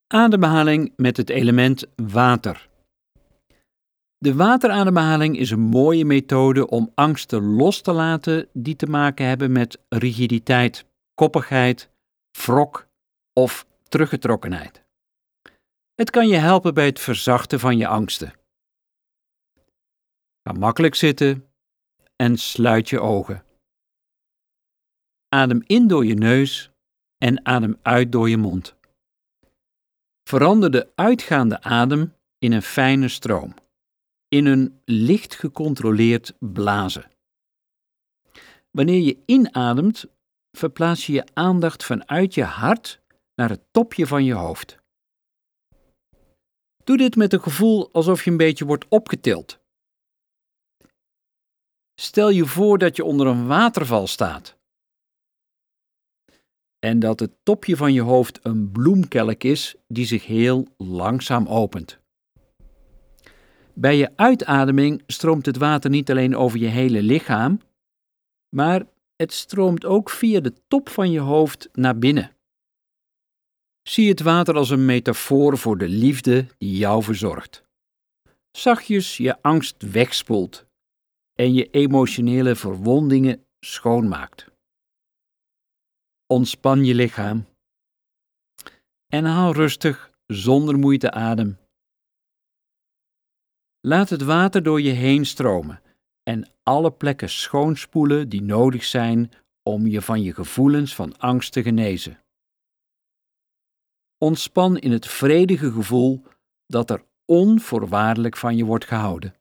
Ademhaling met het element water. De waterademhaling is een mooie methode om angsten los te laten die te maken hebben met rigiditeit, koppigheid, wrok of teruggetrokkenheid. Het kan je helpen bij het verzachten van je angsten. Ga makkelijk zitten en sluit je ogen. Adem in door je neus en adem uit door je mond. Verander de uitgaande adem in een fijne stroom, in een licht gecontroleerd blazen. Wanneer je inademt, verplaats je je aandacht vanuit je hart naar het topje van je hoofd. Doe dit met een gevoel alsof je een beetje wordt opgetild. Stel je voor dat je onder een waterval staat en dat het topje van je hoofd een bloemkelk is die zich heel langzaam opent. Bij je uitademing stroomt het water niet alleen over je hele lichaam, maar het stroomt ook via de top van je hoofd naar binnen. Zie het water als een metafoor voor de liefde die jou verzorgt. Zachtjes je angst wegspoelt en je emotionele verwondingen schoonmaakt. Ontspan je lichaam en haal rustig zonder moeite adem. Laat het water door je heen stromen en alle plekken schoonspoelen die nodig zijn om je van je gevoelens van angst te genezen. Ontspan in het vredige gevoel dat er onvoorwaardelijk van je wordt gehouden.